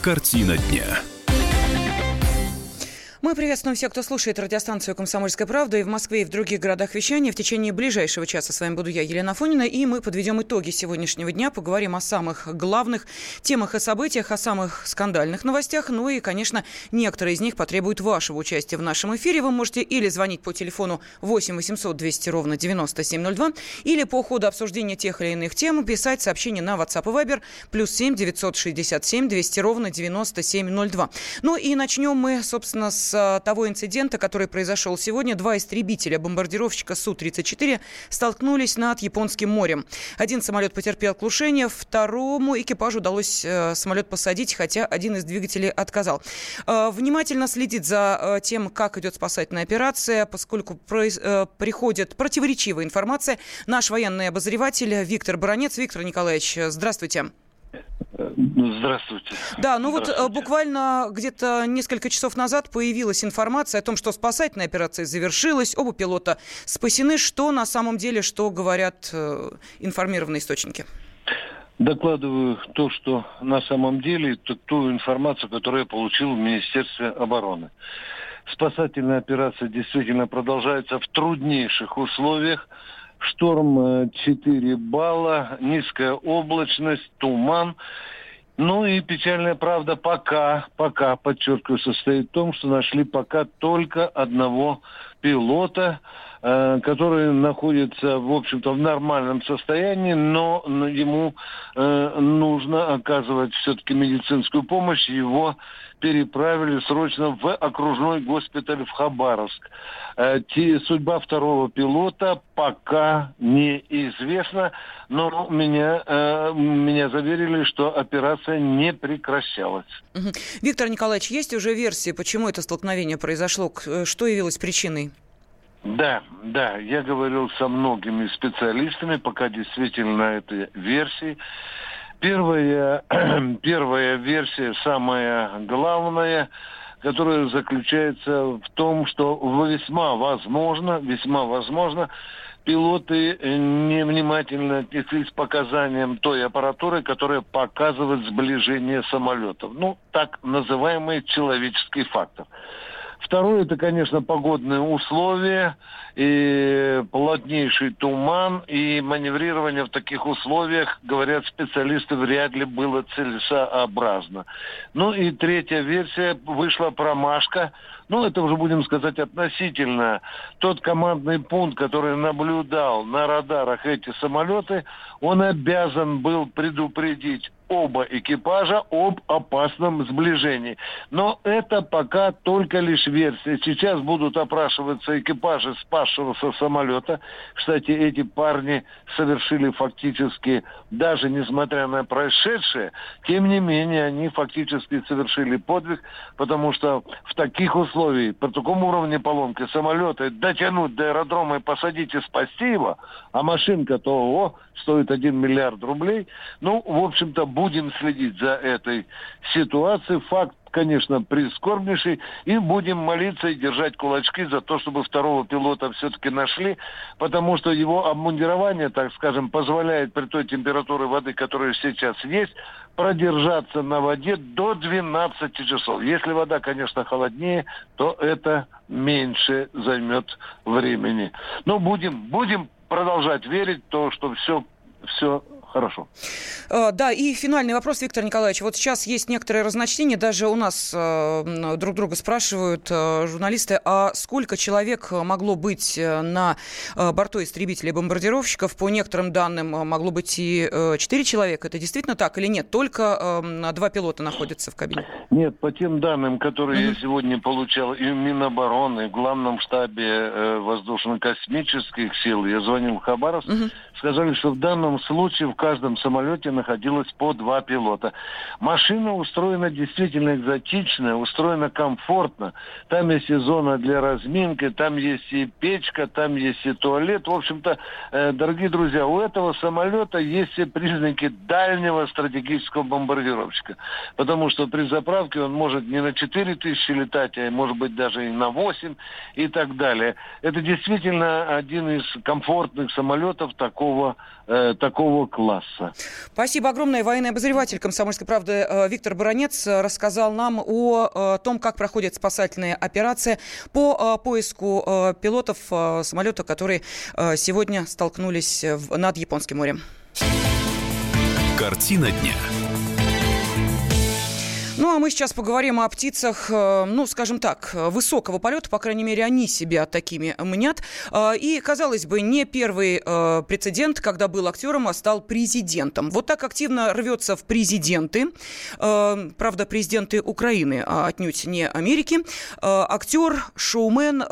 Картина дня. Мы приветствуем всех, кто слушает радиостанцию «Комсомольская правда» и в Москве, и в других городах вещания. В течение ближайшего часа с вами буду я, Елена Афонина, и мы подведем итоги сегодняшнего дня, поговорим о самых главных темах и событиях, о самых скандальных новостях, ну и, конечно, некоторые из них потребуют вашего участия в нашем эфире. Вы можете или звонить по телефону 8 800 200 ровно 9702, или по ходу обсуждения тех или иных тем писать сообщение на WhatsApp и Viber +7 967 200 ровно 9702. Ну и начнем мы, собственно, с того инцидента, который произошел сегодня. Два истребителя-бомбардировщика Су-34 столкнулись над Японским морем. Один самолет потерпел крушение, второму экипажу удалось самолет посадить, хотя один из двигателей отказал. Внимательно следит за тем, как идет спасательная операция, поскольку приходит противоречивая информация. Наш военный обозреватель Виктор Баранец. Виктор Николаевич, здравствуйте. Здравствуйте. Да, ну вот буквально где-то несколько часов назад появилась информация о том, что спасательная операция завершилась, оба пилота спасены. Что на самом деле, что говорят информированные источники? Докладываю то, что на самом деле, ту информацию, которую я получил в Министерстве обороны. Спасательная операция действительно продолжается в труднейших условиях. Шторм 4 балла, низкая облачность, туман. Ну и печальная правда пока, подчеркиваю, состоит в том, что нашли пока только одного пилота, который находится, в общем-то, в нормальном состоянии, но ему нужно оказывать все-таки медицинскую помощь. Его переправили срочно в окружной госпиталь в Хабаровск. Судьба второго пилота пока неизвестна, но меня заверили, что операция не прекращалась. Виктор Николаевич, есть уже версии, почему это столкновение произошло? Что явилось причиной? Да, я говорил со многими специалистами, пока действительно на этой версии. Первая версия, самая главная, которая заключается в том, что весьма возможно, пилоты невнимательно отнеслись к показаниям той аппаратуры, которая показывает сближение самолетов. Ну, так называемый человеческий фактор. Второе, это, конечно, погодные условия, и плотнейший туман, и маневрирование в таких условиях, говорят специалисты, вряд ли было целесообразно. Ну и третья версия, вышла промашка. Ну, это уже, будем сказать, относительно. Тот командный пункт, который наблюдал на радарах эти самолеты, он обязан был предупредить оба экипажа об опасном сближении. Но это пока только лишь версия. Сейчас будут опрашиваться экипажи спасшегося самолета. Кстати, эти парни совершили фактически, даже несмотря на происшедшее, тем не менее, они фактически совершили подвиг, потому что в таких условиях, при таком уровне поломки самолета, дотянуть до аэродрома и посадить и спасти его, а машинка-то стоит 1 миллиард рублей. Ну, в общем-то, будем следить за этой ситуацией. Факт, конечно, прискорбнейший. И будем молиться и держать кулачки за то, чтобы второго пилота все-таки нашли, потому что его обмундирование, так скажем, позволяет при той температуре воды, которая сейчас есть, продержаться на воде до 12 часов. Если вода, конечно, холоднее, то это меньше займет времени. Но будем продолжать верить в то, что все хорошо. Да, и финальный вопрос, Виктор Николаевич. Вот сейчас есть некоторые разночтения, даже у нас друг друга спрашивают журналисты, а сколько человек могло быть на борту истребителей и бомбардировщиков? По некоторым данным могло быть и 4 человека. Это действительно так или нет? Только 2 пилота находятся в кабине? Нет, по тем данным, которые я сегодня получал и в Минобороны, и в Главном штабе воздушно-космических сил, я звонил в Хабаровск, сказали, что в данном случае в каждом самолете находилось по 2 пилота. Машина устроена действительно экзотично, устроена комфортно. Там есть и зона для разминки, там есть и печка, там есть и туалет. В общем-то, дорогие друзья, у этого самолета есть все признаки дальнего стратегического бомбардировщика. Потому что при заправке он может не на 4000 летать, а может быть даже и на 8 и так далее. Это действительно один из комфортных самолетов такого такого класса. Спасибо огромное. Военный обозреватель «Комсомольской правды» Виктор Баранец рассказал нам о том, как проходит спасательная операция по поиску пилотов самолета, которые сегодня столкнулись над Японским морем. Картина дня. Ну, а мы сейчас поговорим о птицах, скажем так, высокого полета, по крайней мере, они себя такими мнят. И, казалось бы, не первый прецедент, когда был актером, а стал президентом. Вот так активно рвется в президенты, правда, президенты Украины, а отнюдь не Америки, актер, шоумен,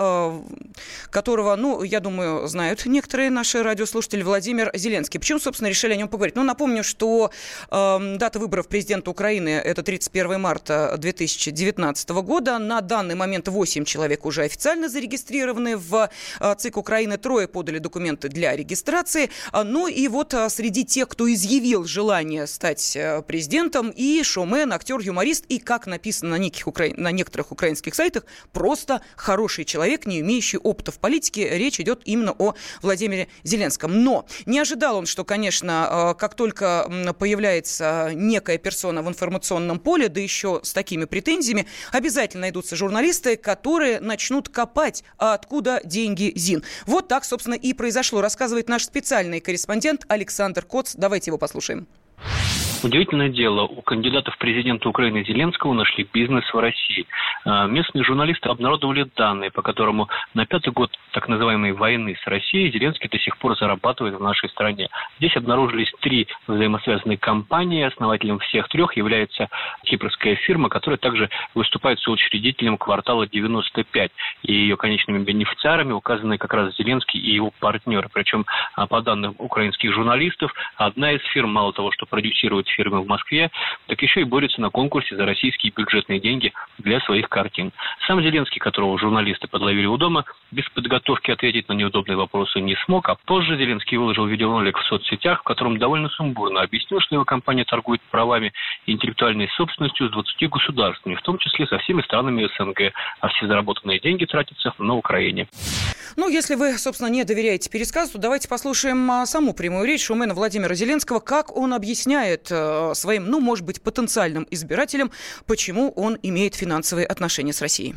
которого, я думаю, знают некоторые наши радиослушатели, Владимир Зеленский. Почему, собственно, решили о нем поговорить? Напомню, что дата выборов президента Украины – это 31 марта 2019 года. На данный момент 8 человек уже официально зарегистрированы в ЦИК Украины. 3 подали документы для регистрации. Ну и вот среди тех, кто изъявил желание стать президентом, и шоумен, актер, юморист, и, как написано на некоторых украинских сайтах, просто хороший человек, не имеющий опыта в политике. Речь идет именно о Владимире Зеленском. Но не ожидал он, что, конечно, как только появляется некая персона в информационном поле, да еще с такими претензиями, обязательно найдутся журналисты, которые начнут копать, откуда деньги ЗИН. Вот так, собственно, и произошло, рассказывает наш специальный корреспондент Александр Коц. Давайте его послушаем. Удивительное дело, у кандидата в президенты Украины Зеленского нашли бизнес в России. Местные журналисты обнародовали данные, по которому на 5-й год так называемой войны с Россией Зеленский до сих пор зарабатывает в нашей стране. Здесь обнаружились 3 взаимосвязанные компании. Основателем всех 3 является кипрская фирма, которая также выступает соучредителем квартала 95. И ее конечными бенефициарами указаны как раз Зеленский и его партнеры. Причем, по данным украинских журналистов, одна из фирм мало того, что продюсирует фирмы в Москве, так еще и борется на конкурсе за российские бюджетные деньги для своих картин. Сам Зеленский, которого журналисты подловили у дома, без подготовки ответить на неудобные вопросы не смог, а позже Зеленский выложил видеоролик в соцсетях, в котором довольно сумбурно объяснил, что его компания торгует правами и интеллектуальной собственностью с 20 государствами, в том числе со всеми странами СНГ, а все заработанные деньги тратятся на Украине. Если вы, собственно, не доверяете пересказу, то давайте послушаем саму прямую речь шоумена Владимира Зеленского, как он объясняет своим, может быть, потенциальным избирателям, почему он имеет финансовые отношения с Россией.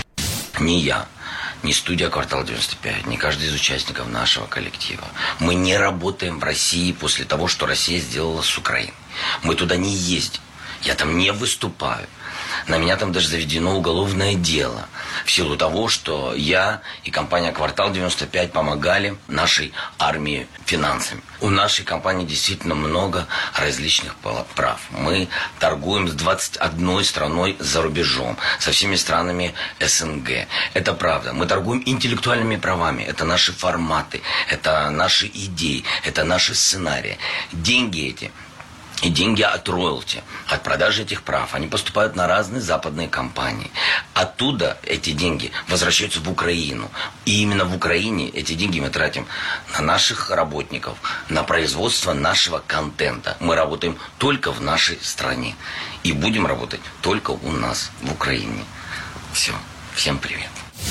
Ни я, ни студия «Квартал 95», ни каждый из участников нашего коллектива. Мы не работаем в России после того, что Россия сделала с Украиной. Мы туда не ездим. Я там не выступаю. На меня там даже заведено уголовное дело в силу того, что я и компания «Квартал 95» помогали нашей армии финансами. У нашей компании действительно много различных прав. Мы торгуем с 21 страной за рубежом, со всеми странами СНГ. Это правда. Мы торгуем интеллектуальными правами. Это наши форматы, это наши идеи, это наши сценарии. Деньги эти и деньги от роялти, от продажи этих прав, они поступают на разные западные компании. Оттуда эти деньги возвращаются в Украину. И именно в Украине эти деньги мы тратим на наших работников, на производство нашего контента. Мы работаем только в нашей стране. И будем работать только у нас, в Украине. Все. Всем привет.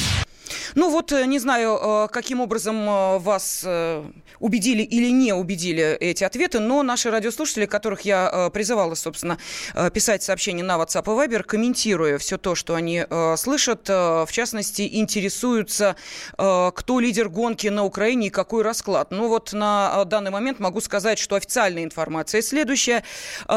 Не знаю, каким образом вас убедили или не убедили эти ответы, но наши радиослушатели, которых я призывала, собственно, писать сообщения на WhatsApp и Viber, комментируя все то, что они слышат, в частности, интересуются, кто лидер гонки на Украине и какой расклад. На данный момент могу сказать, что официальная информация следующая.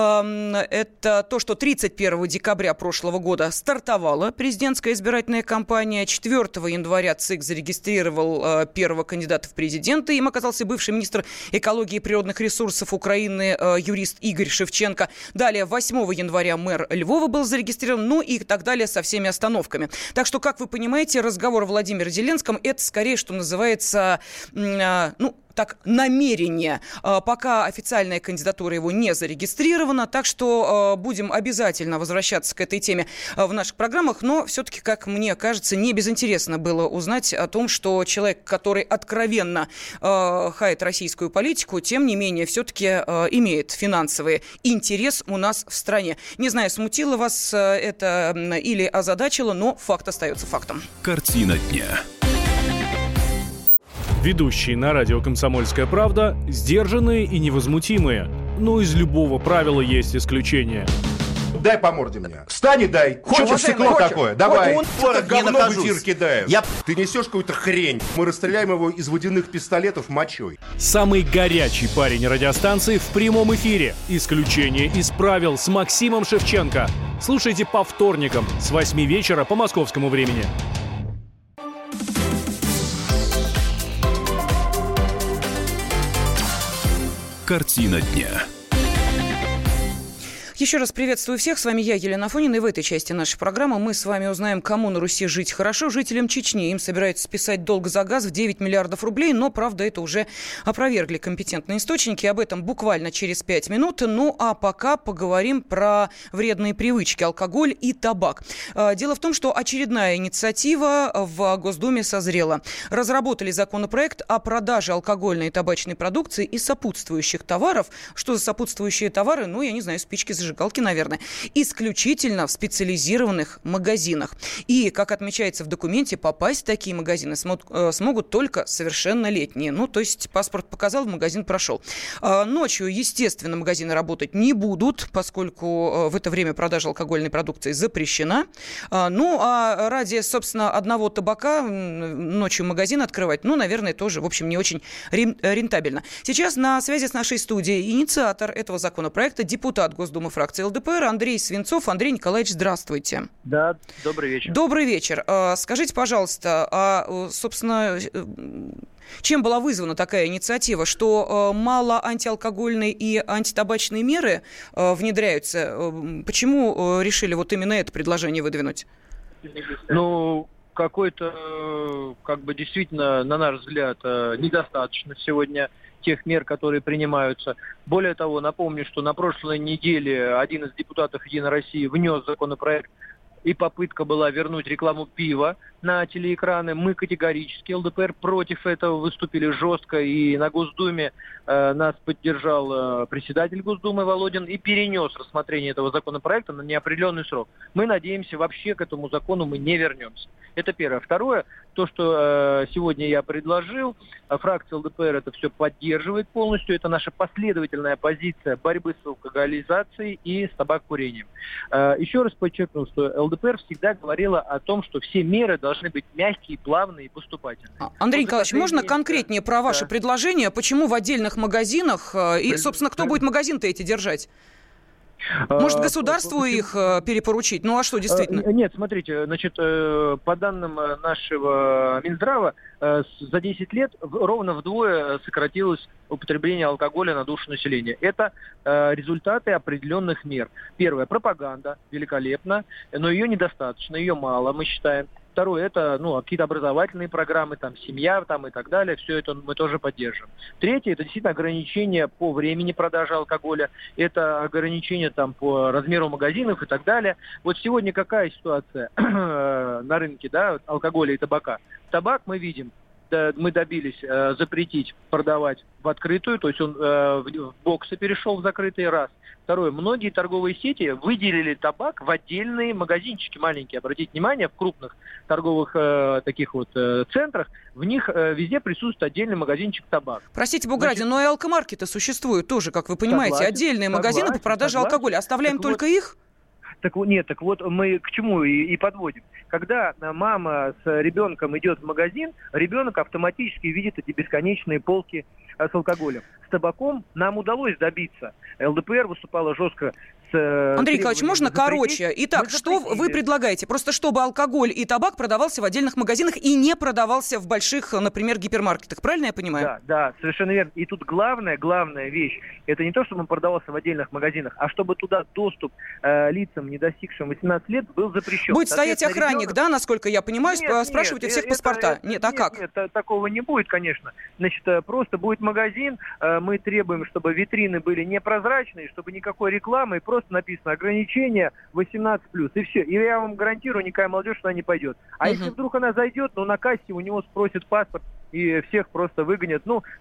Это то, что 31 декабря прошлого года стартовала президентская избирательная кампания. 4 января ЦИК зарегистрировал первого кандидата в президенты. Им оказался бывший министр экологии и природных ресурсов Украины, юрист Игорь Шевченко. Далее, 8 января мэр Львова был зарегистрирован, и так далее со всеми остановками. Так что, как вы понимаете, разговор о Владимире Зеленском – это скорее, что называется, намерение. Пока официальная кандидатура его не зарегистрирована, так что будем обязательно возвращаться к этой теме в наших программах, но все-таки, как мне кажется, не безинтересно было узнать о том, что человек, который откровенно хает российскую политику, тем не менее, все-таки имеет финансовый интерес у нас в стране. Не знаю, смутило вас это или озадачило, но факт остается фактом. Картина дня. Ведущие на радио «Комсомольская правда» сдержанные и невозмутимые. Но из любого правила есть исключение. Дай по морде мне. Встань и дай. Хочешь стекло такое? Давай. Вот говно в эфир кидаем. Ты несешь какую-то хрень. Мы расстреляем его из водяных пистолетов мочой. Самый горячий парень радиостанции в прямом эфире. Исключение из правил с Максимом Шевченко. Слушайте по вторникам с 8 вечера по московскому времени. Картина дня. Еще раз приветствую всех. С вами я, Елена Афонина. И в этой части нашей программы мы с вами узнаем, кому на Руси жить хорошо. Жителям Чечни. Им собираются списать долг за газ в 9 миллиардов рублей. Но, правда, это уже опровергли компетентные источники. Об этом буквально через 5 минут. Ну, а пока поговорим про вредные привычки. Алкоголь и табак. Дело в том, что очередная инициатива в Госдуме созрела. Разработали законопроект о продаже алкогольной и табачной продукции и сопутствующих товаров. Что за сопутствующие товары? Ну, я не знаю, спички, зажигалки, наверное, исключительно в специализированных магазинах. И, как отмечается в документе, попасть в такие магазины смогут только совершеннолетние. Ну, то есть паспорт показал, в магазин прошел. Ночью, естественно, магазины работать не будут, поскольку в это время продажа алкогольной продукции запрещена. Ну, а ради, собственно, одного табака ночью магазин открывать, ну, наверное, тоже, в общем, не очень рентабельно. Сейчас на связи с нашей студией инициатор этого законопроекта, депутат Госдумы фракции ЛДПР Андрей Свинцов. Андрей Николаевич, здравствуйте. Да, добрый вечер. Добрый вечер. Скажите, пожалуйста, собственно, чем была вызвана такая инициатива? Что мало антиалкогольные и антитабачные меры внедряются? Почему решили вот именно это предложение выдвинуть? Ну, какой-то, действительно, на наш взгляд, недостаточно сегодня тех мер, которые принимаются. Более того, напомню, что на прошлой неделе один из депутатов «Единой России» внес законопроект, и попытка была вернуть рекламу пива на телеэкраны. Мы категорически, ЛДПР, против этого выступили жестко, и на Госдуме нас поддержал председатель Госдумы Володин и перенес рассмотрение этого законопроекта на неопределенный срок. Мы надеемся, вообще к этому закону мы не вернемся. Это первое. Второе, то, что сегодня я предложил, фракция ЛДПР это все поддерживает полностью. Это наша последовательная позиция борьбы с алкоголизацией и с табакокурением. Еще раз подчеркну, что ЛДПР всегда говорила о том, что все меры должны быть мягкие, плавные и поступательные. Андрей Николаевич, можно конкретнее про ваше предложение? Почему в отдельных магазинах? И, собственно, кто будет магазин-то эти держать? Может, государству их перепоручить? Ну, а что, действительно? Нет, смотрите, значит, по данным нашего Минздрава, за 10 лет ровно вдвое сократилось употребление алкоголя на душу населения. Это результаты определенных мер. Первое, пропаганда, великолепно, но ее недостаточно, ее мало, мы считаем. Второе, это какие-то образовательные программы, там, семья там, и так далее. Все это мы тоже поддержим. Третье, это действительно ограничения по времени продажи алкоголя. Это ограничения там, по размеру магазинов и так далее. Вот сегодня какая ситуация на рынке, да, алкоголя и табака? Табак мы видим. Мы добились запретить продавать в открытую, то есть он в боксы перешел в закрытый, раз. Второе, многие торговые сети выделили табак в отдельные магазинчики маленькие. Обратите внимание, в крупных торговых таких вот центрах, в них везде присутствует отдельный магазинчик табак. Простите, бога ради, но и алкомаркеты существуют тоже, как вы понимаете, отдельные магазины по продаже алкоголя. Оставляем только их? Так вот мы к чему и подводим. Когда мама с ребенком идет в магазин, ребенок автоматически видит эти бесконечные полки с алкоголем. С табаком нам удалось добиться. ЛДПР выступала жестко Андрей Николаевич, можно короче? Итак, что вы предлагаете? Просто чтобы алкоголь и табак продавался в отдельных магазинах и не продавался в больших, например, гипермаркетах. Правильно я понимаю? Да, совершенно верно. И тут главная вещь, это не то, чтобы он продавался в отдельных магазинах, а чтобы туда доступ лицам, не достигшим 18 лет, был запрещен. Будет стоять охранник, да, насколько я понимаю, спрашивать у всех паспорта. Нет, а как? Нет, такого не будет, конечно. Значит, просто будет магазин, мы требуем, чтобы витрины были непрозрачные, чтобы никакой рекламы, и просто написано ограничение 18+, и все. И я вам гарантирую, никакая молодежь туда не пойдет. А если вдруг она зайдет, на кассе у него спросят паспорт, и всех просто выгонят.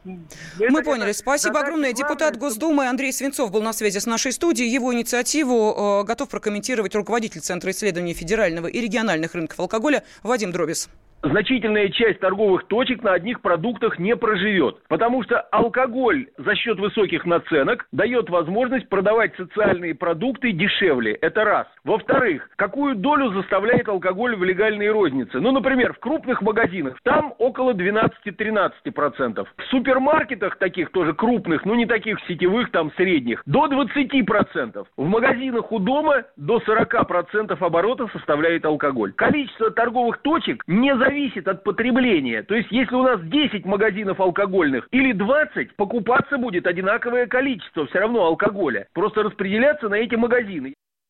Мы поняли. Спасибо огромное. Депутат Госдумы Андрей Свинцов был на связи с нашей студией. Его инициативу готов прокомментировать руководитель Центра исследований федерального и региональных рынков алкоголя Вадим Дробис. значительная часть торговых точек на одних продуктах не проживет. Потому что алкоголь за счет высоких наценок дает возможность продавать социальные продукты дешевле. Это раз. Во-вторых, какую долю заставляет алкоголь в легальной рознице? Ну, например, в крупных магазинах там около 12-13%. В супермаркетах таких тоже крупных, ну не таких сетевых, там средних, до 20%. В магазинах у дома до 40% оборота составляет алкоголь. Количество торговых точек не зависит от потребления. То есть, если у нас 10 магазинов алкогольных или 20, покупаться будет одинаковое количество все равно алкоголя. Просто распределяться на эти магазины.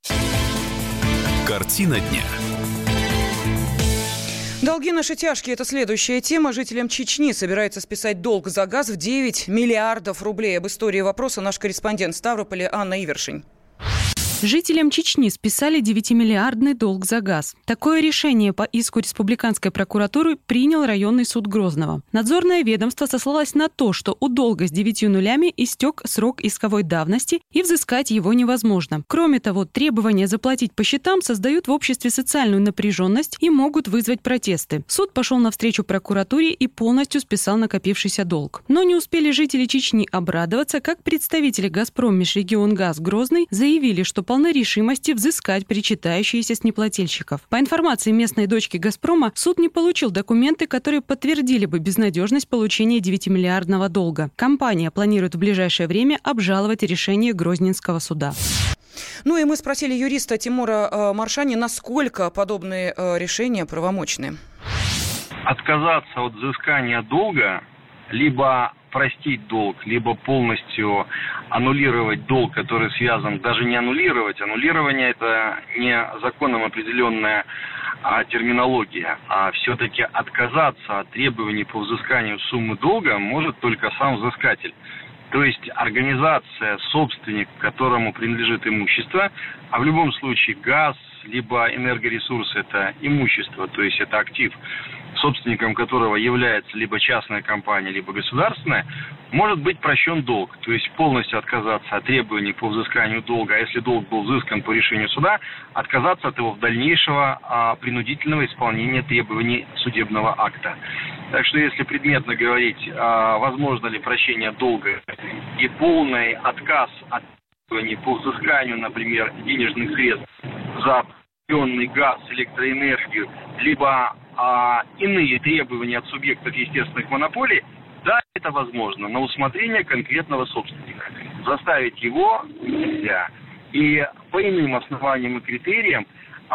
Картина дня. Долги наши тяжкие – это следующая тема. Жителям Чечни собирается списать долг за газ в 9 миллиардов рублей. Об истории вопроса наш корреспондент в Ставрополе Анна Ивершин. Жителям Чечни списали 9-миллиардный долг за газ. Такое решение по иску Республиканской прокуратуры принял районный суд Грозного. Надзорное ведомство сослалось на то, что у долга с 9 нулями истек срок исковой давности и взыскать его невозможно. Кроме того, требования заплатить по счетам создают в обществе социальную напряженность и могут вызвать протесты. Суд пошел навстречу прокуратуре и полностью списал накопившийся долг. Но не успели жители Чечни обрадоваться, как представители «Газпром Межрегионгаз» Грозный заявили, что полны решимости взыскать причитающиеся с неплательщиков. По информации местной дочки «Газпрома», суд не получил документы, которые подтвердили бы безнадежность получения 9-миллиардного долга. Компания планирует в ближайшее время обжаловать решение Грозненского суда. Ну и мы спросили юриста Тимура Маршани, насколько подобные решения правомочны. Отказаться от взыскания долга, либо простить долг, либо полностью аннулировать долг, который связан, даже не аннулировать. Аннулирование – это не законом определенная терминология, а все-таки отказаться от требований по взысканию суммы долга может только сам взыскатель. То есть организация, собственник, которому принадлежит имущество, а в любом случае газ, либо энергоресурс – это имущество, то есть это актив, собственником которого является либо частная компания, либо государственная, может быть прощен долг. То есть полностью отказаться от требований по взысканию долга, а если долг был взыскан по решению суда, отказаться от его дальнейшего принудительного исполнения требований судебного акта. Так что если предметно говорить, возможно ли прощение долга и полный отказ от требований по взысканию, например, денежных средств за определенный газ, электроэнергию, либо иные требования от субъектов естественных монополий, да, это возможно, на усмотрение конкретного собственника. Заставить его нельзя. И по иным основаниям и критериям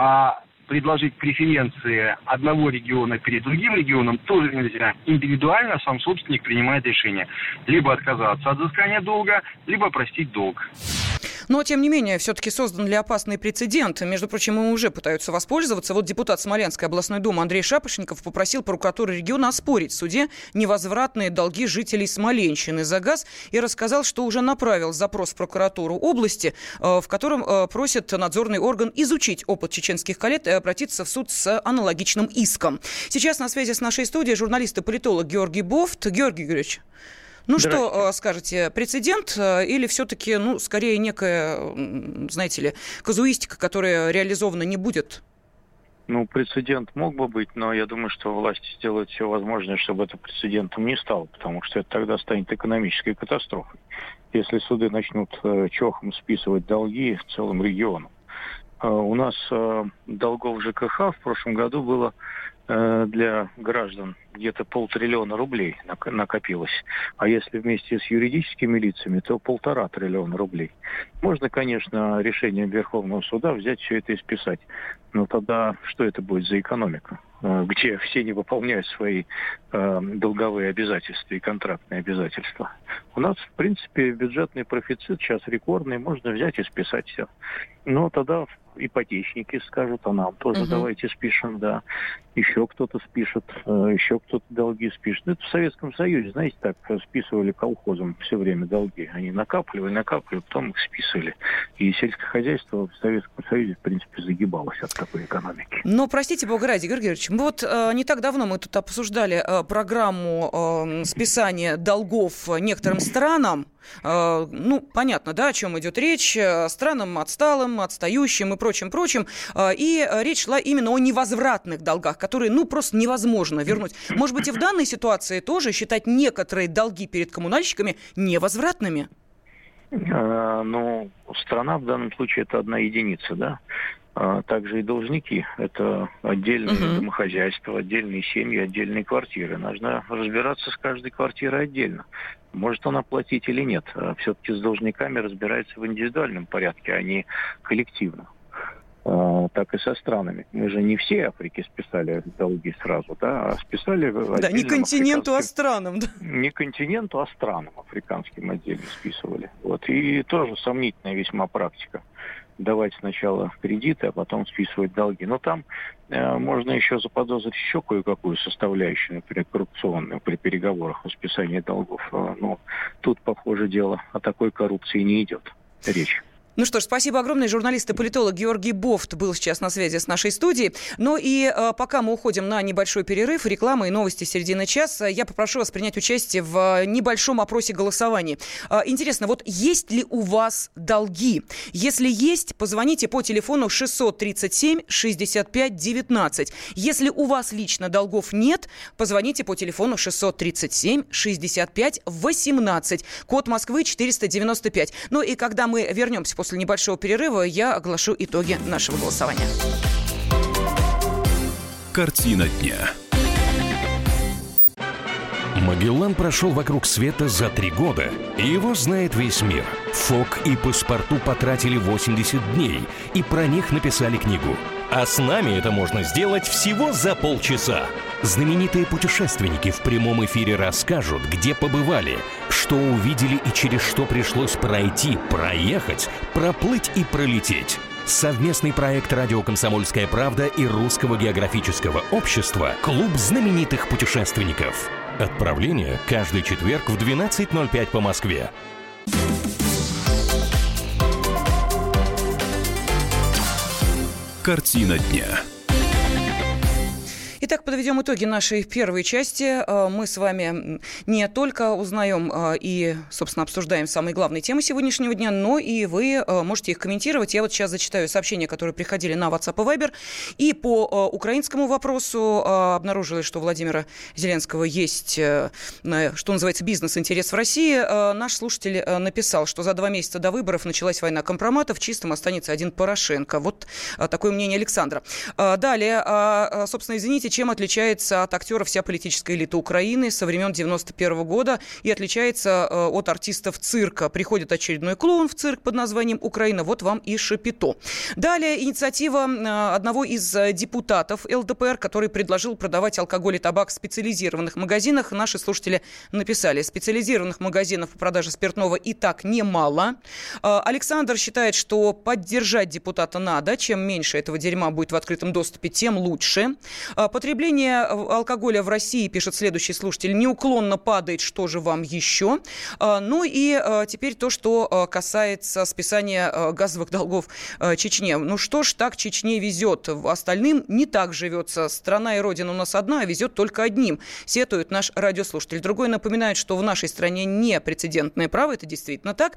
предложить преференции одного региона перед другим регионом тоже нельзя. Индивидуально сам собственник принимает решение. Либо отказаться от взыскания долга, либо простить долг. Но, тем не менее, все-таки создан ли опасный прецедент? Между прочим, им уже пытаются воспользоваться. Вот депутат Смоленской областной думы Андрей Шапошников попросил прокуратуру региона оспорить в суде невозвратные долги жителей Смоленщины за газ и рассказал, что уже направил запрос в прокуратуру области, в котором просит надзорный орган изучить опыт чеченских коллег и обратиться в суд с аналогичным иском. Сейчас на связи с нашей студией журналист и политолог Георгий Бофт. Георгий Георгиевич, ну что скажете, прецедент или все-таки, скорее некая, знаете ли, казуистика, которая реализована не будет? Прецедент мог бы быть, но я думаю, что власти сделают все возможное, чтобы это прецедентом не стало, потому что это тогда станет экономической катастрофой, если суды начнут чохом списывать долги целым регионам. У нас долгов ЖКХ в прошлом году было для граждан где-то 500 миллиона рублей накопилось. А если вместе с юридическими лицами, то 1,5 триллиона рублей. Можно, конечно, решением Верховного суда взять все это и списать. Но тогда что это будет за экономика? Где все не выполняют свои долговые обязательства и контрактные обязательства. У нас, в принципе, бюджетный профицит сейчас рекордный, можно взять и списать все. Но тогда ипотечники скажут, а нам тоже давайте спишем, да. Еще кто-то спишет, еще кто-то долги спишет. Это в Советском Союзе, знаете, так списывали колхозам все время долги. Они накапливали, потом их списывали. И сельское хозяйство в Советском Союзе, в принципе, загибалось от такой экономики. Но, простите бога ради, Георгий Георгиевич, вот не так давно мы тут обсуждали программу списания долгов некоторым странам. Понятно, да, о чем идет речь. Странам отсталым, отстающим и прочим. И речь шла именно о невозвратных долгах, которые, просто невозможно вернуть. Может быть, и в данной ситуации тоже считать некоторые долги перед коммунальщиками невозвратными? Страна в данном случае это одна единица, да. Также и должники. Это отдельные домохозяйства, отдельные семьи, отдельные квартиры. Нужно разбираться с каждой квартирой отдельно. Может она платить или нет. Все-таки с должниками разбирается в индивидуальном порядке, а не коллективно. Так и со странами. Мы же не все Африке списали долги сразу, да, а списали... Да, не континенту, а странам. Да. Не континенту, а странам африканским отдельно списывали. И тоже сомнительная весьма практика. Давать сначала кредиты, а потом списывать долги. Но там можно еще заподозрить еще кое-какую составляющую, например, коррупционную при переговорах о списании долгов. Но тут, похоже, дело о такой коррупции не идет речь. Ну что ж, спасибо огромное. Журналист и политолог Георгий Бофт был сейчас на связи с нашей студией. Пока мы уходим на небольшой перерыв, реклама и новости середины часа, я попрошу вас принять участие в небольшом опросе голосования. Интересно, есть ли у вас долги? Если есть, позвоните по телефону 637-65-19. Если у вас лично долгов нет, позвоните по телефону 637-65-18. Код Москвы 495. И когда мы вернемся после небольшого перерыва, я оглашу итоги нашего голосования. Картина дня. Магеллан прошел вокруг света за 3 года, и его знает весь мир. Фок и Паспарту потратили 80 дней, и про них написали книгу. А с нами это можно сделать всего за полчаса. Знаменитые путешественники в прямом эфире расскажут, где побывали, что увидели и через что пришлось пройти, проехать, проплыть и пролететь. Совместный проект «Радио Комсомольская правда» и Русского географического общества «Клуб знаменитых путешественников». Отправление каждый четверг в 12:05 по Москве. Картина дня. Итак, подведем итоги нашей первой части. Мы с вами не только узнаем и, собственно, обсуждаем самые главные темы сегодняшнего дня, но и вы можете их комментировать. Я сейчас зачитаю сообщения, которые приходили на WhatsApp и Viber. И по украинскому вопросу обнаружилось, что у Владимира Зеленского есть, что называется, бизнес-интерес в России. Наш слушатель написал, что за 2 месяца до выборов началась война компроматов, чистым останется один Порошенко. Вот такое мнение Александра. Далее, собственно, извините, чем отличается от актера вся политическая элита Украины со времен 91 года и отличается от артистов цирка. Приходит очередной клоун в цирк под названием «Украина». Вот вам и шапито. Далее инициатива одного из депутатов ЛДПР, который предложил продавать алкоголь и табак в специализированных магазинах. Наши слушатели написали: специализированных магазинов по продаже спиртного и так немало. Александр считает, что поддержать депутата надо. Чем меньше этого дерьма будет в открытом доступе, тем лучше. Потребление алкоголя в России, пишет следующий слушатель, неуклонно падает. Что же вам еще? Теперь то, что касается списания газовых долгов Чечне. Что ж, так Чечне везет. Остальным не так живется. Страна и родина у нас одна, а везет только одним, сетует наш радиослушатель. Другой напоминает, что в нашей стране не прецедентное право. Это действительно так.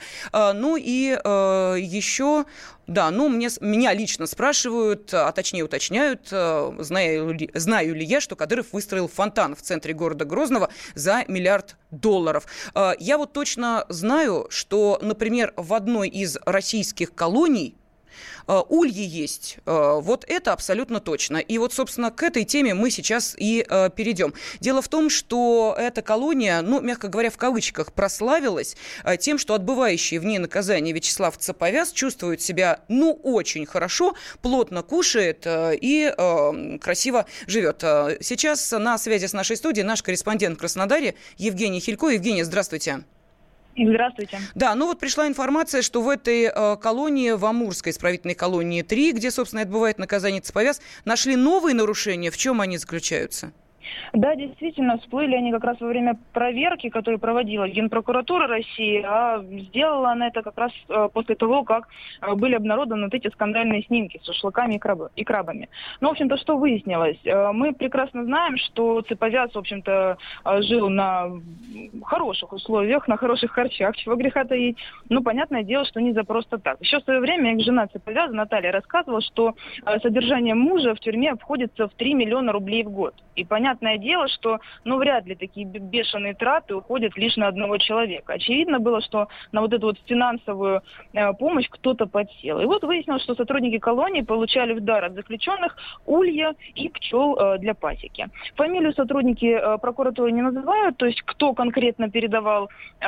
Меня лично спрашивают, а точнее уточняют, знаю ли я, что Кадыров выстроил фонтан в центре города Грозного за $1 миллиард. Я вот точно знаю, что, например, в одной из российских колоний ульи есть. Вот это абсолютно точно. И вот, собственно, к этой теме мы сейчас и перейдем. Дело в том, что эта колония, мягко говоря, в кавычках, прославилась тем, что отбывающий в ней наказание Вячеслав Цаповяз чувствует себя, очень хорошо, плотно кушает и красиво живет. Сейчас на связи с нашей студией наш корреспондент в Краснодаре Евгений Хилько. Евгений, здравствуйте. Здравствуйте. Да, пришла информация, что в этой колонии, в Амурской исправительной колонии 3, где, собственно, отбывает наказание Цаповяз, нашли новые нарушения. В чем они заключаются? Да, действительно, всплыли они как раз во время проверки, которую проводила Генпрокуратура России, а сделала она это как раз после того, как были обнародованы вот эти скандальные снимки с шашлыками и крабами. Ну, в общем-то, что выяснилось? Мы прекрасно знаем, что Цеповяз, в общем-то, жил на хороших условиях, на хороших харчах, чего греха таить. Ну, понятное дело, что не за просто так. Еще в свое время их жена Цеповяза, Наталья, рассказывала, что содержание мужа в тюрьме обходится в 3 миллиона рублей в год. И понятное дело, что вряд ли такие бешеные траты уходят лишь на одного человека. Очевидно было, что на вот эту вот финансовую помощь кто-то подсел. И вот выяснилось, что сотрудники колонии получали в дар от заключенных улья и пчел для пасеки. Фамилию сотрудники прокуратуры не называют, то есть кто конкретно передавал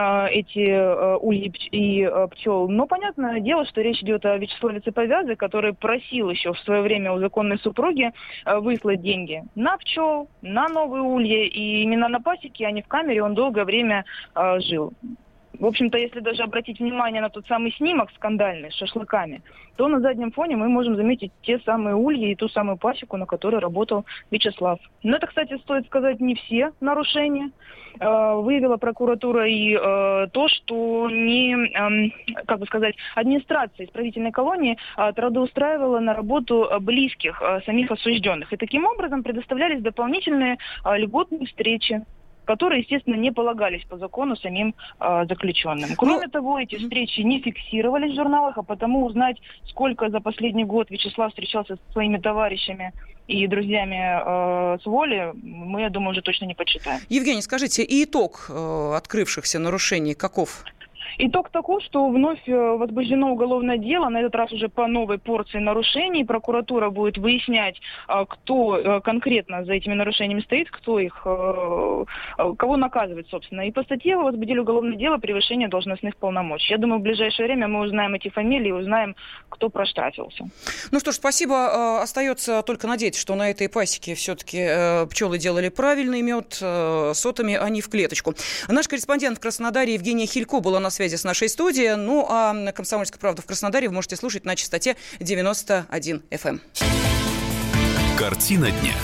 эти ульи и пчел. Но понятное дело, что речь идет о Вячеславе Цеповязе, который просил еще в свое время у законной супруги выслать деньги на пчел, на новые ульи, и именно на пасеке, а не в камере, он долгое время жил. В общем-то, если даже обратить внимание на тот самый снимок скандальный с шашлыками, то на заднем фоне мы можем заметить те самые ульи и ту самую пасеку, на которой работал Вячеслав. Но это, кстати, стоит сказать, не все нарушения. Выявила прокуратура и то, что администрация исправительной колонии трудоустраивала на работу близких самих осужденных. И таким образом предоставлялись дополнительные льготные встречи, которые, естественно, не полагались по закону самим заключенным. Кроме того, эти встречи не фиксировались в журналах, а потому узнать, сколько за последний год Вячеслав встречался со своими товарищами и друзьями с воли, мы, я думаю, уже точно не подсчитаем. Евгений, скажите, и итог открывшихся нарушений каков? Итог такой, что вновь возбуждено уголовное дело, на этот раз уже по новой порции нарушений. Прокуратура будет выяснять, кто конкретно за этими нарушениями стоит, кто их, кого наказывает, собственно. И по статье возбудили уголовное дело превышение должностных полномочий. Я думаю, в ближайшее время мы узнаем эти фамилии, узнаем, кто проштрафился. Ну что ж, спасибо. Остается только надеяться, что на этой пасеке все-таки пчелы делали правильный мед сотами, а не в клеточку. Наш корреспондент в Краснодаре Евгения Хилько была на связи с нашей студией. Ну, а «Комсомольская правда» в Краснодаре вы можете слушать на частоте 91 FM. Картина дня.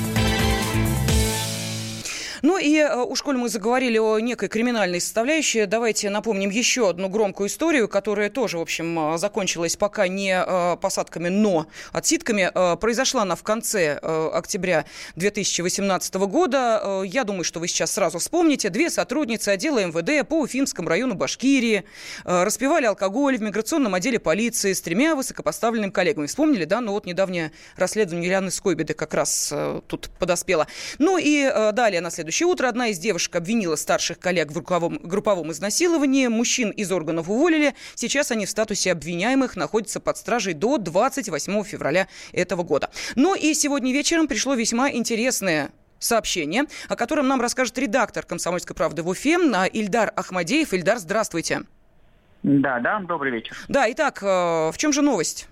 Ну и уж коль мы заговорили о некой криминальной составляющей, давайте напомним еще одну громкую историю, которая тоже, в общем, закончилась пока не посадками, но отсидками. Произошла она в конце октября 2018 года. Я думаю, что вы сейчас сразу вспомните. 2 сотрудницы отдела МВД по Уфимскому району Башкирии распивали алкоголь в миграционном отделе полиции с 3 высокопоставленными коллегами. Вспомнили, да? Ну вот недавнее расследование Юлианы Скойбеды как раз тут подоспело. Ну и далее на следующее утро одна из девушек обвинила старших коллег в групповом изнасиловании. Мужчин из органов уволили. Сейчас они в статусе обвиняемых находятся под стражей до 28 февраля этого года. Ну и сегодня вечером пришло весьма интересное сообщение, о котором нам расскажет редактор «Комсомольской правды» в Уфе Ильдар Ахмадеев. Ильдар, здравствуйте. Да, добрый вечер. Да, итак, в чем же новость?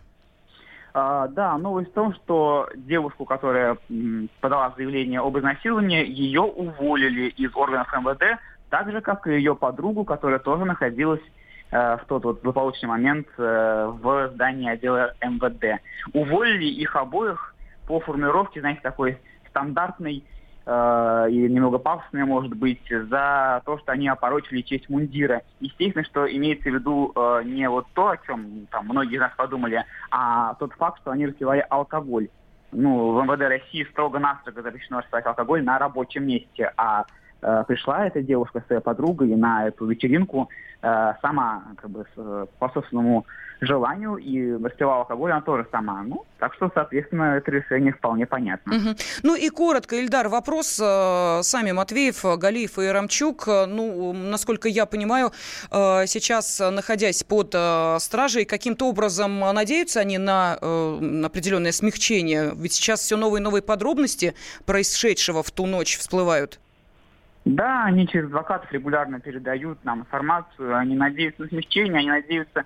Да, новость в том, что девушку, которая подала заявление об изнасиловании, ее уволили из органов МВД, так же, как и ее подругу, которая тоже находилась в тот вот злополучный момент в здании отдела МВД. Уволили их обоих по формулировке, знаете, такой стандартной и немного пафосной, может быть, за то, что они опорочили честь мундира. Естественно, что имеется в виду не вот то, о чем там многие из нас подумали, а тот факт, что они распивали алкоголь. Ну, в МВД России строго-настрого запрещено распивать алкоголь на рабочем месте, а пришла эта девушка с своей подругой на эту вечеринку сама, как бы, по собственному желанию, и распивала алкоголь она тоже сама. Ну, так что, соответственно, это решение вполне понятно. Угу. Ну и коротко, Ильдар, вопрос. Сами Матвеев, Галиев и Рамчук, ну, насколько я понимаю, сейчас, находясь под стражей, каким-то образом надеются они на определенное смягчение? Ведь сейчас все новые и новые подробности происшедшего в ту ночь всплывают. Да, они через адвокатов регулярно передают нам информацию, они надеются на смягчение, они надеются,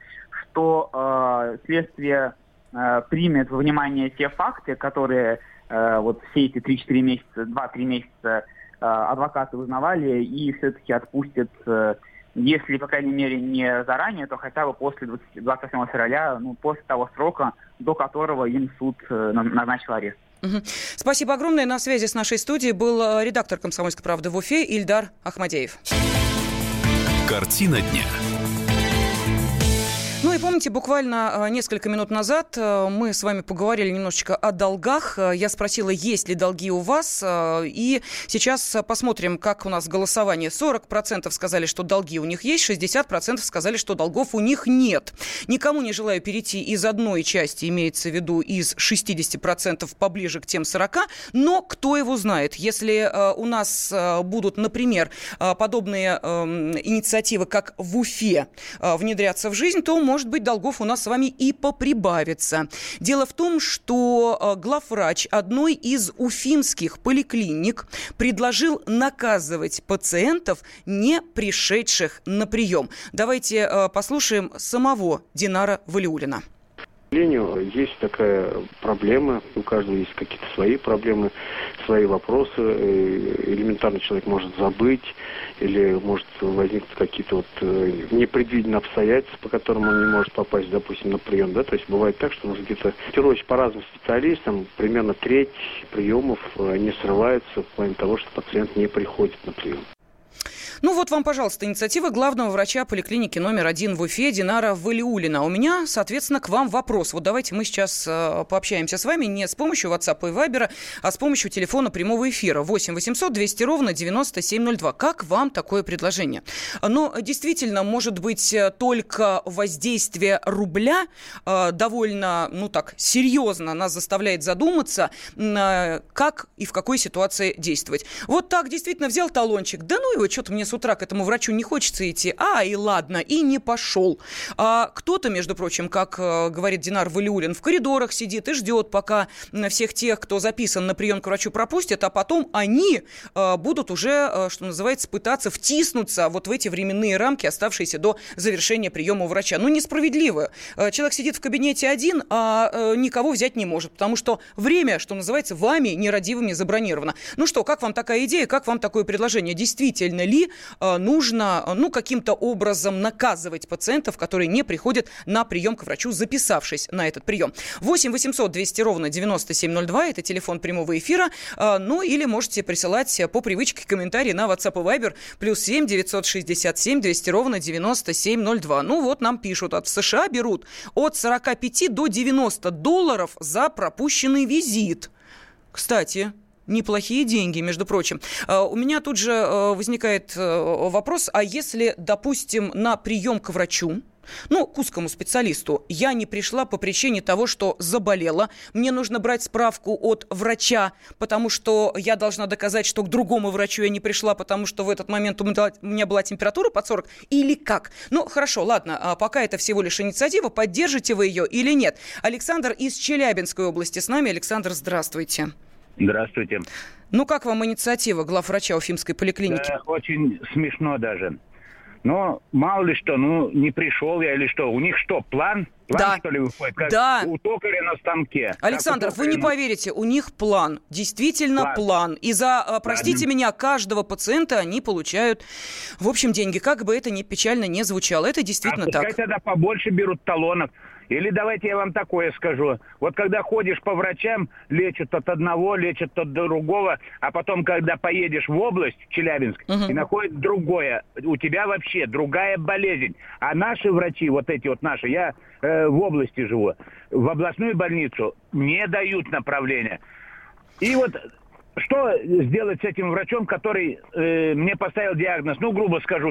что следствие примет во внимание те факты, которые вот все эти 2-3 месяца адвокаты узнавали, и все-таки отпустят, если, по крайней мере, не заранее, то хотя бы после 28 февраля, ну, после того срока, до которого им суд назначил арест. Спасибо огромное. На связи с нашей студией был редактор «Комсомольской правды» в Уфе Ильдар Ахмадеев. Картина дня. Ну и помните, буквально несколько минут назад мы с вами поговорили немножечко о долгах. Я спросила, есть ли долги у вас. И сейчас посмотрим, как у нас голосование. 40% сказали, что долги у них есть, 60% сказали, что долгов у них нет. Никому не желаю перейти из одной части, имеется в виду из 60% поближе к тем 40%. Но кто его знает, если у нас будут, например, подобные инициативы, как в Уфе, внедряться в жизнь, то, может быть, долгов у нас с вами и поприбавится. Дело в том, что главврач одной из уфимских поликлиник предложил наказывать пациентов, не пришедших на прием. Давайте послушаем самого Динара Валиуллина. К сожалению, есть такая проблема, у каждого есть какие-то свои проблемы, свои вопросы. Элементарно человек может забыть или может возникнуть какие-то непредвиденные обстоятельства, по которым он не может попасть, допустим, на прием. Да? То есть бывает так, что у нас где-то по разным специалистам примерно треть приемов не срываются в плане того, что пациент не приходит на прием. Ну вот вам, пожалуйста, инициатива главного врача поликлиники номер 1 в Уфе Динара Валиуллина. У меня, соответственно, к вам вопрос. Вот давайте мы сейчас пообщаемся с вами не с помощью WhatsApp и Viber, а с помощью телефона прямого эфира 8 800 200 ровно 9702. Как вам такое предложение? Но действительно, может быть, только воздействие рубля довольно, серьезно нас заставляет задуматься, как и в какой ситуации действовать. Вот так действительно взял талончик, да ну его, что-то мне с утра к этому врачу не хочется идти. И ладно, и не пошел. А кто-то, между прочим, как говорит Динар Валиуллин, в коридорах сидит и ждет, пока всех тех, кто записан на прием к врачу, пропустят, а потом они будут уже, что называется, пытаться втиснуться вот в эти временные рамки, оставшиеся до завершения приема у врача. Несправедливо. Человек сидит в кабинете один, а никого взять не может, потому что время, что называется, вами нерадивыми забронировано. Ну что, как вам такая идея, как вам такое предложение? Действительно ли нужно, каким-то образом наказывать пациентов, которые не приходят на прием к врачу, записавшись на этот прием? 8 800 200 ровно 9702, это телефон прямого эфира, или можете присылать по привычке комментарии на WhatsApp и Viber, +7 967 200 ровно 9702. Нам пишут, в США берут от 45 до $90 за пропущенный визит. Кстати, неплохие деньги, между прочим. У меня тут же возникает вопрос, а если, допустим, на прием к врачу, к узкому специалисту, я не пришла по причине того, что заболела, мне нужно брать справку от врача, потому что я должна доказать, что к другому врачу я не пришла, потому что в этот момент у меня была температура под 40, или как? Хорошо, ладно, пока это всего лишь инициатива, поддержите вы ее или нет? Александр из Челябинской области с нами. Александр, здравствуйте. Здравствуйте. Как вам инициатива главврача Уфимской поликлиники? Да, очень смешно даже. Но мало ли что, не пришел я или что. У них что, план? План, что ли, выходит? Как у токаря на станке. Александр, вы не поверите, у них план. Действительно план. И за, простите меня, каждого пациента они получают, в общем, деньги. Как бы это ни печально не звучало. Это действительно так. Пускай тогда побольше берут талонов. Или давайте я вам такое скажу. Вот когда ходишь по врачам, лечат от одного, лечат от другого, а потом, когда поедешь в область, Челябинск, и находят другое, у тебя вообще другая болезнь. А наши врачи, вот эти вот наши, я в области живу, в областную больницу не дают направления. И вот что сделать с этим врачом, который мне поставил диагноз, грубо скажу,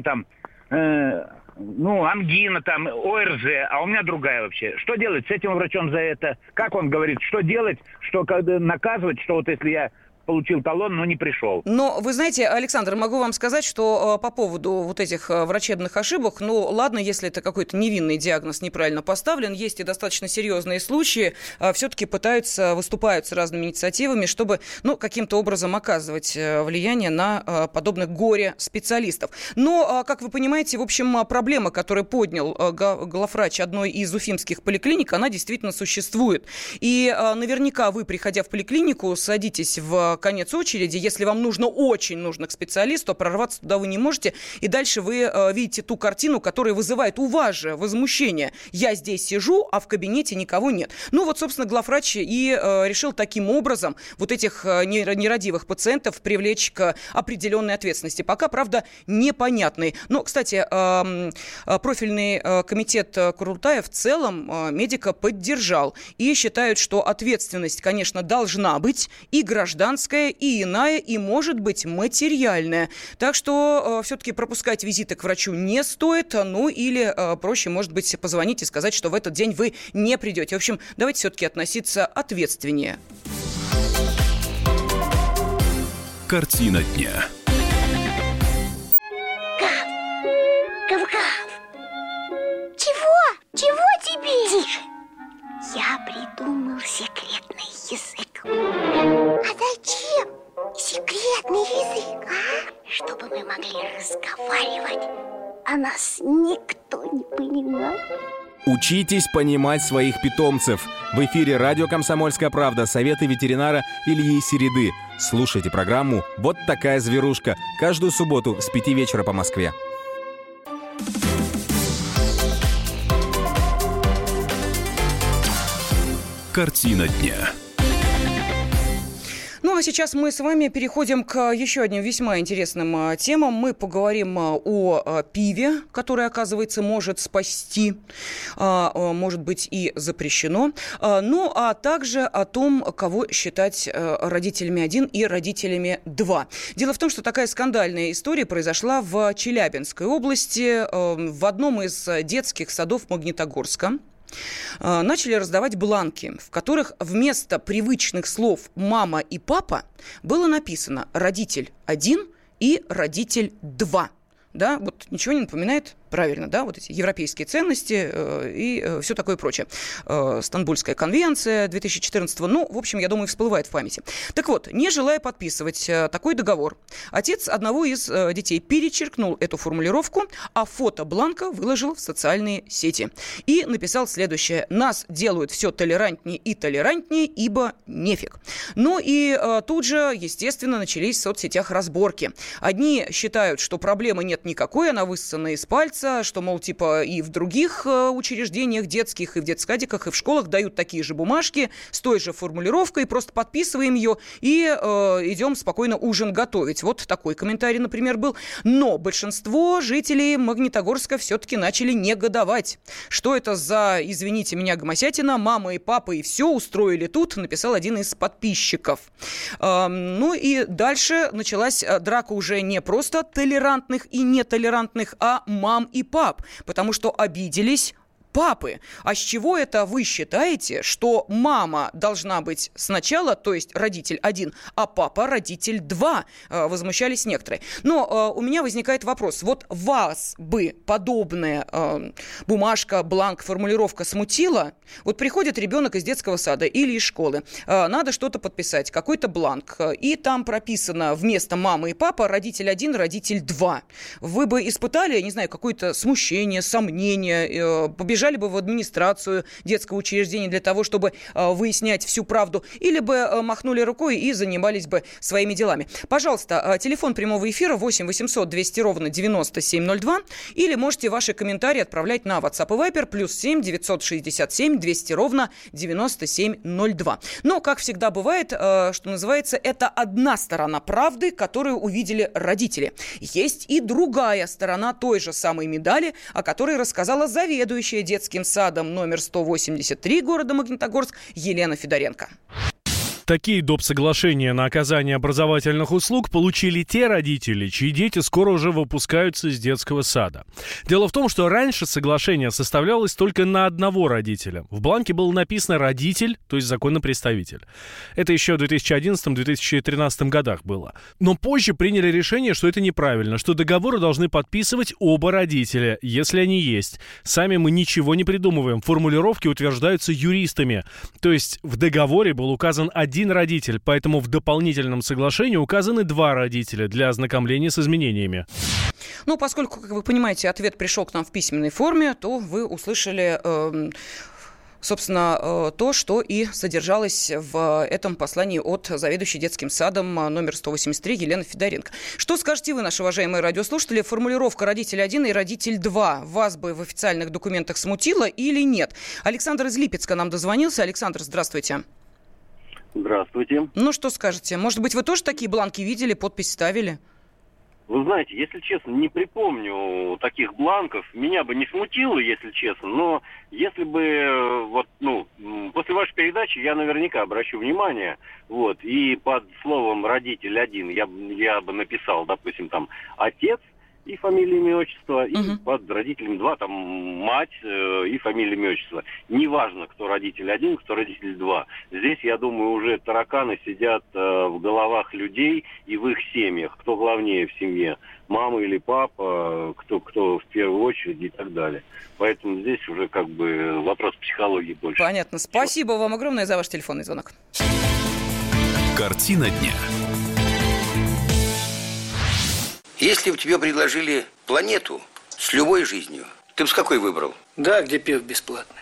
ангина, ОРЗ, а у меня другая вообще. Что делать с этим врачом за это? Как он говорит, что делать, что наказывать, что вот если я получил талон, но не пришел. Но вы знаете, Александр, могу вам сказать, что по поводу вот этих врачебных ошибок, ладно, если это какой-то невинный диагноз неправильно поставлен, есть и достаточно серьезные случаи, все-таки выступают с разными инициативами, чтобы, каким-то образом оказывать влияние на подобных горе-специалистов. Но, как вы понимаете, в общем, проблема, которую поднял главврач одной из уфимских поликлиник, она действительно существует. И наверняка вы, приходя в поликлинику, садитесь в конец очереди. Если вам очень нужно к специалисту, то прорваться туда вы не можете. И дальше вы видите ту картину, которая вызывает у вас же возмущение. Я здесь сижу, а в кабинете никого нет. Ну вот, собственно, главврач и решил таким образом вот этих нерадивых пациентов привлечь к определенной ответственности. Пока, правда, непонятной. Но, кстати, профильный комитет Курултая в целом медика поддержал. И считают, что ответственность, конечно, должна быть и гражданская, и иная, и, может быть, материальная. Так что все-таки пропускать визиты к врачу не стоит. Ну, или проще, может быть, позвонить и сказать, что в этот день вы не придете. В общем, давайте все-таки относиться ответственнее. Картина дня. Гав-гав. Чего тебе? Тише. Я придумал секретный язык. А зачем секретный язык, а? Чтобы мы могли разговаривать, а нас никто не понимал. Учитесь понимать своих питомцев. В эфире радио «Комсомольская правда», советы ветеринара Ильи Середы. Слушайте программу «Вот такая зверушка» каждую субботу с 5 вечера по Москве. Картина дня. Ну, а сейчас мы с вами переходим к еще одним весьма интересным темам. Мы поговорим о пиве, которое, оказывается, может спасти, может быть, и запрещено. Ну, а также о том, кого считать родителями 1 и родителями 2. Дело в том, что такая скандальная история произошла в Челябинской области, в одном из детских садов Магнитогорска. Начали раздавать бланки, в которых вместо привычных слов «мама» и «папа» было написано «родитель 1» и «родитель 2». Да, вот ничего не напоминает? Правильно, да, вот эти европейские ценности и все такое прочее. Стамбульская конвенция 2014-го, ну, в общем, я думаю, всплывает в памяти. Так вот, не желая подписывать такой договор, отец одного из детей перечеркнул эту формулировку, а фото бланка выложил в социальные сети. И написал следующее: «Нас делают все толерантнее и толерантнее, ибо нефиг». Ну и тут же, естественно, начались в соцсетях разборки. Одни считают, что проблемы нет никакой, она высосана из пальца, что, мол, типа и в других учреждениях детских, и в детсадиках, и в школах дают такие же бумажки с той же формулировкой, просто подписываем ее и идем спокойно ужин готовить. Вот такой комментарий, например, был. Но большинство жителей Магнитогорска все-таки начали негодовать. Что это за, извините меня, гомосятина, мама и папа и все устроили тут, написал один из подписчиков. Ну и дальше началась драка уже не просто толерантных и нетолерантных, а мам и пап, потому что обиделись папы. А с чего это вы считаете, что мама должна быть сначала, то есть родитель 1, а папа родитель 2? Возмущались некоторые. Но у меня возникает вопрос. Вот вас бы подобная бумажка, бланк, формулировка смутила? Вот приходит ребенок из детского сада или из школы, надо что-то подписать, какой-то бланк, и там прописано вместо мамы и папа родитель 1, родитель 2. Вы бы испытали, я не знаю, какое-то смущение, сомнение, побежали бы в администрацию детского учреждения для того, чтобы выяснять всю правду, или бы махнули рукой и занимались бы своими делами. Пожалуйста, телефон прямого эфира 8 800 200 ровно 9702, или можете ваши комментарии отправлять на WhatsApp и Viber +7 967 200 ровно 9702. Но, как всегда бывает, что называется, это одна сторона правды, которую увидели родители. Есть и другая сторона той же самой медали, о которой рассказала заведующая детским садом номер 183 города Магнитогорск Елена Федоренко. Такие доп. Соглашения на оказание образовательных услуг получили те родители, чьи дети скоро уже выпускаются из детского сада. Дело в том, что раньше соглашение составлялось только на одного родителя. В бланке было написано «родитель», то есть законный представитель. Это еще в 2011-2013 годах было. Но позже приняли решение, что это неправильно, что договоры должны подписывать оба родителя, если они есть. Сами мы ничего не придумываем, формулировки утверждаются юристами. То есть в договоре был указан один родитель, поэтому в дополнительном соглашении указаны 2 родителя для ознакомления с изменениями. Ну, поскольку, как вы понимаете, ответ пришел к нам в письменной форме, то вы услышали собственно, то, что и содержалось в этом послании от заведующей детским садом номер 183 Елены Федоренко. Что скажете вы, наши уважаемые радиослушатели? Формулировка «родитель 1» и «родитель 2» вас бы в официальных документах смутила или нет? Александр из Липецка нам дозвонился. Александр, здравствуйте. Здравствуйте. Ну, что скажете? Может быть, вы тоже такие бланки видели, подпись ставили? Вы знаете, если честно, не припомню таких бланков. Меня бы не смутило, если честно, но если бы, после вашей передачи я наверняка обращу внимание, и под словом «родитель 1» я бы написал, допустим, там «отец» и фамилия, имя, отчество, и под родителем 2, там, мать и фамилия, имя, отчество. Неважно, кто родитель 1, кто родитель 2. Здесь, я думаю, уже тараканы сидят в головах людей и в их семьях. Кто главнее в семье, мама или папа, кто в первую очередь и так далее. Поэтому здесь уже вопрос психологии больше. Понятно. Спасибо вам огромное за ваш телефонный звонок. Картина дня. Если бы тебе предложили планету с любой жизнью, ты бы с какой выбрал? Да, где пиво бесплатное.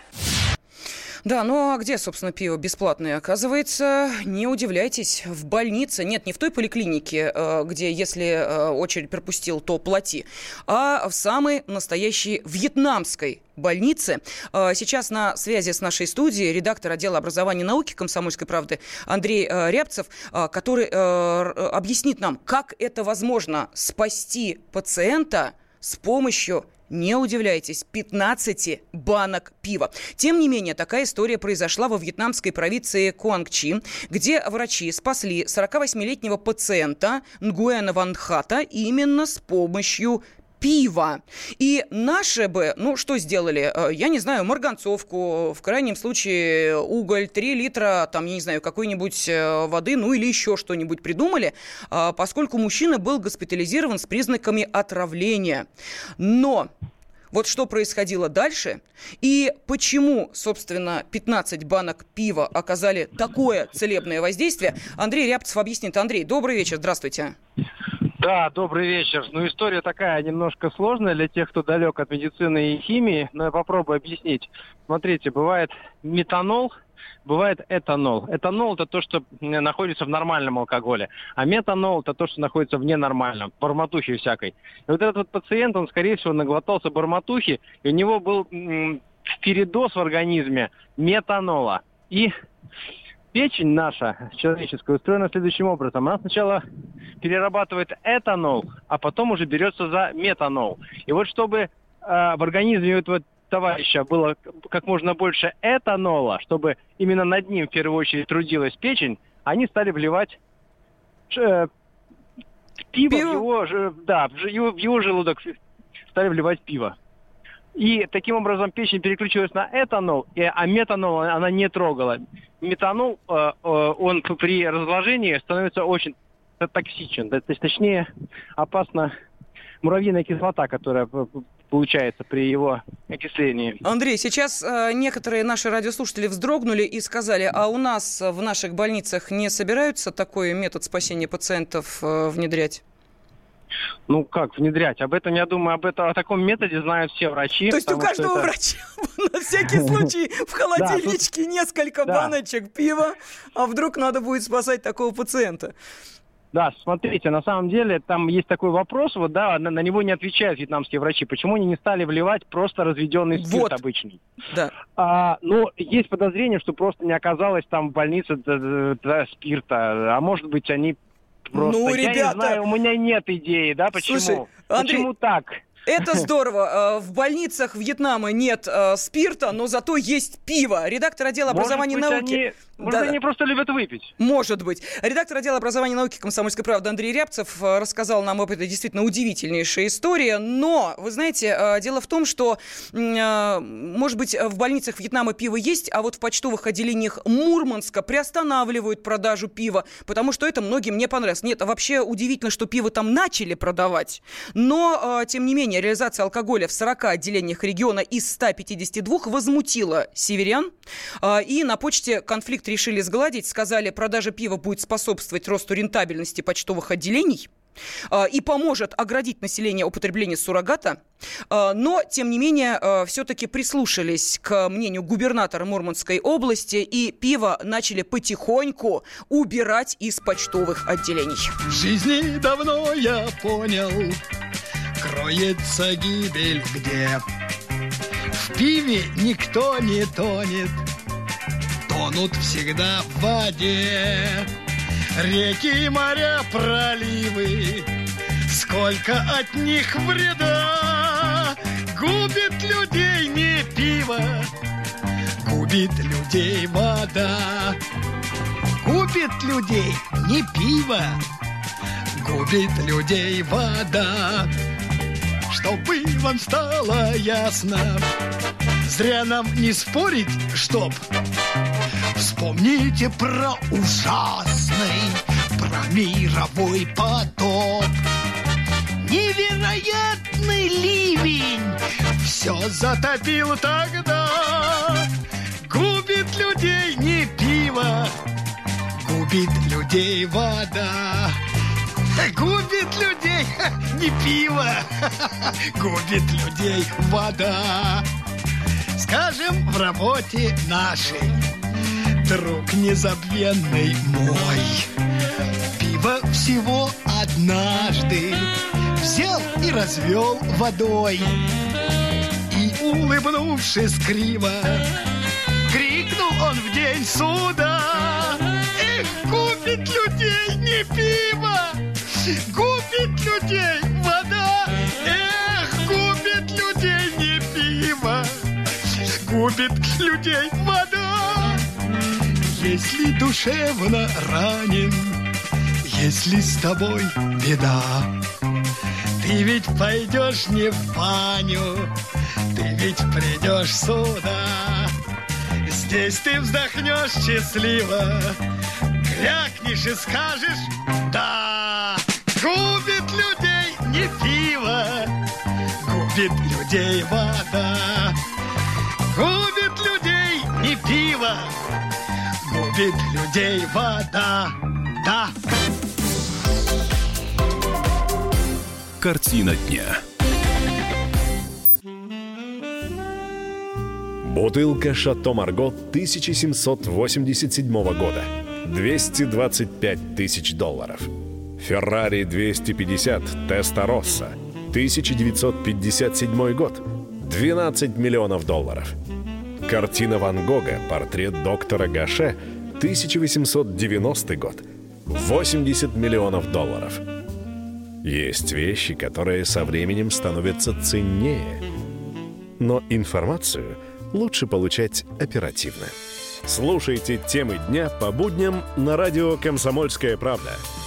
Да, ну а где, собственно, пиво бесплатное? Оказывается, не удивляйтесь, в больнице, нет, не в той поликлинике, где если очередь пропустил, то плати, а в самой настоящей вьетнамской больнице. Сейчас на связи с нашей студией редактор отдела образования и науки «Комсомольской правды» Андрей Рябцев, который объяснит нам, как это возможно спасти пациента с помощью, не удивляйтесь, 15 банок пива. Тем не менее, такая история произошла во вьетнамской провинции Куангчи, где врачи спасли 48-летнего пациента Нгуэна Ванхата именно с помощью пива. И наши бы, что сделали? Я не знаю, марганцовку, в крайнем случае уголь, 3 литра, какой-нибудь воды, или еще что-нибудь придумали, поскольку мужчина был госпитализирован с признаками отравления. Но вот что происходило дальше и почему, собственно, 15 банок пива оказали такое целебное воздействие, Андрей Рябцев объяснит. Андрей, добрый вечер, здравствуйте. Да, добрый вечер. История такая немножко сложная для тех, кто далек от медицины и химии, но я попробую объяснить. Смотрите, бывает метанол, бывает этанол. Этанол – это то, что находится в нормальном алкоголе, а метанол – это то, что находится в ненормальном, бормотухи всякой. И вот этот пациент, он, скорее всего, наглотался бормотухи, и у него был передоз в организме метанола. И печень наша, человеческая, устроена следующим образом. Она сначала перерабатывает этанол, а потом уже берется за метанол. И вот чтобы в организме этого товарища было как можно больше этанола, чтобы именно над ним в первую очередь трудилась печень, они стали вливать пиво? В его желудок стали вливать пиво. И таким образом печень переключилась на этанол, а метанол она не трогала. Метанол, он при разложении становится очень токсичен. Точнее, опасна муравьиная кислота, которая получается при его окислении. Андрей, сейчас некоторые наши радиослушатели вздрогнули и сказали, а у нас в наших больницах не собираются такой метод спасения пациентов внедрять? Как внедрять? Об этом, я думаю, о таком методе знают все врачи. То есть у каждого врача на всякий случай в холодильничке несколько баночек пива, а вдруг надо будет спасать такого пациента? Да, смотрите, на самом деле там есть такой вопрос, на него не отвечают вьетнамские врачи. Почему они не стали вливать просто разведенный спирт обычный? Да. Есть подозрение, что просто не оказалось там в больнице спирта, а может быть они просто... ребята... Я не знаю, у меня нет идеи, да, почему? Слушай, Андрей, почему так? Это здорово. В больницах Вьетнама нет спирта, но зато есть пиво. Редактор отдела образования и науки... Они просто любят выпить. Может быть. Редактор отдела образования и науки «Комсомольской правды» Андрей Рябцев рассказал нам об этой действительно удивительнейшей истории. Но, вы знаете, дело в том, что, может быть, в больницах Вьетнама пиво есть, а вот в почтовых отделениях Мурманска приостанавливают продажу пива, потому что это многим не понравилось. Нет, вообще удивительно, что пиво там начали продавать. Но, тем не менее, реализация алкоголя в 40 отделениях региона из 152 возмутила северян. И на почте конфликт решили сгладить. Сказали, продажа пива будет способствовать росту рентабельности почтовых отделений. и поможет оградить население употребления суррогата. Но, тем не менее, все-таки прислушались к мнению губернатора Мурманской области и пиво начали потихоньку убирать из почтовых отделений. В жизни давно я понял, кроется гибель где. В пиве никто не тонет, тонут всегда в воде. Реки, моря, проливы, сколько от них вреда. Губит людей не пиво, губит людей вода. Губит людей не пиво, губит людей вода. Чтобы вам стало ясно, зря нам не спорить, чтоб. Вспомните про ужасный, про мировой потоп. Невероятный ливень все затопил тогда. Губит людей не пиво, губит людей вода. Губит людей не пиво, губит людей вода. Скажем, в работе нашей, друг незабвенный мой, пиво всего однажды взял и развел водой. И, улыбнувшись криво, крикнул он в день суда: эх, губит людей не пиво, губит людей вода. Эх, губит людей не пиво, губит людей вода. Если душевно ранен, если с тобой беда, ты ведь пойдешь не в баню, ты ведь придешь сюда. Здесь ты вздохнешь счастливо, крякнешь и скажешь да. Губит людей не пиво, губит людей вода. Губит людей не пиво, губит людей вода. Да. Картина дня. Бутылка «Шато Марго» 1787 года. $225 тысяч. Феррари 250 Теста-Росса. 1957 год. $12 миллионов. Картина Ван Гога «Портрет доктора Гаше», 1890 год. $80 миллионов. Есть вещи, которые со временем становятся ценнее. Но информацию лучше получать оперативно. Слушайте темы дня по будням на радио «Комсомольская правда».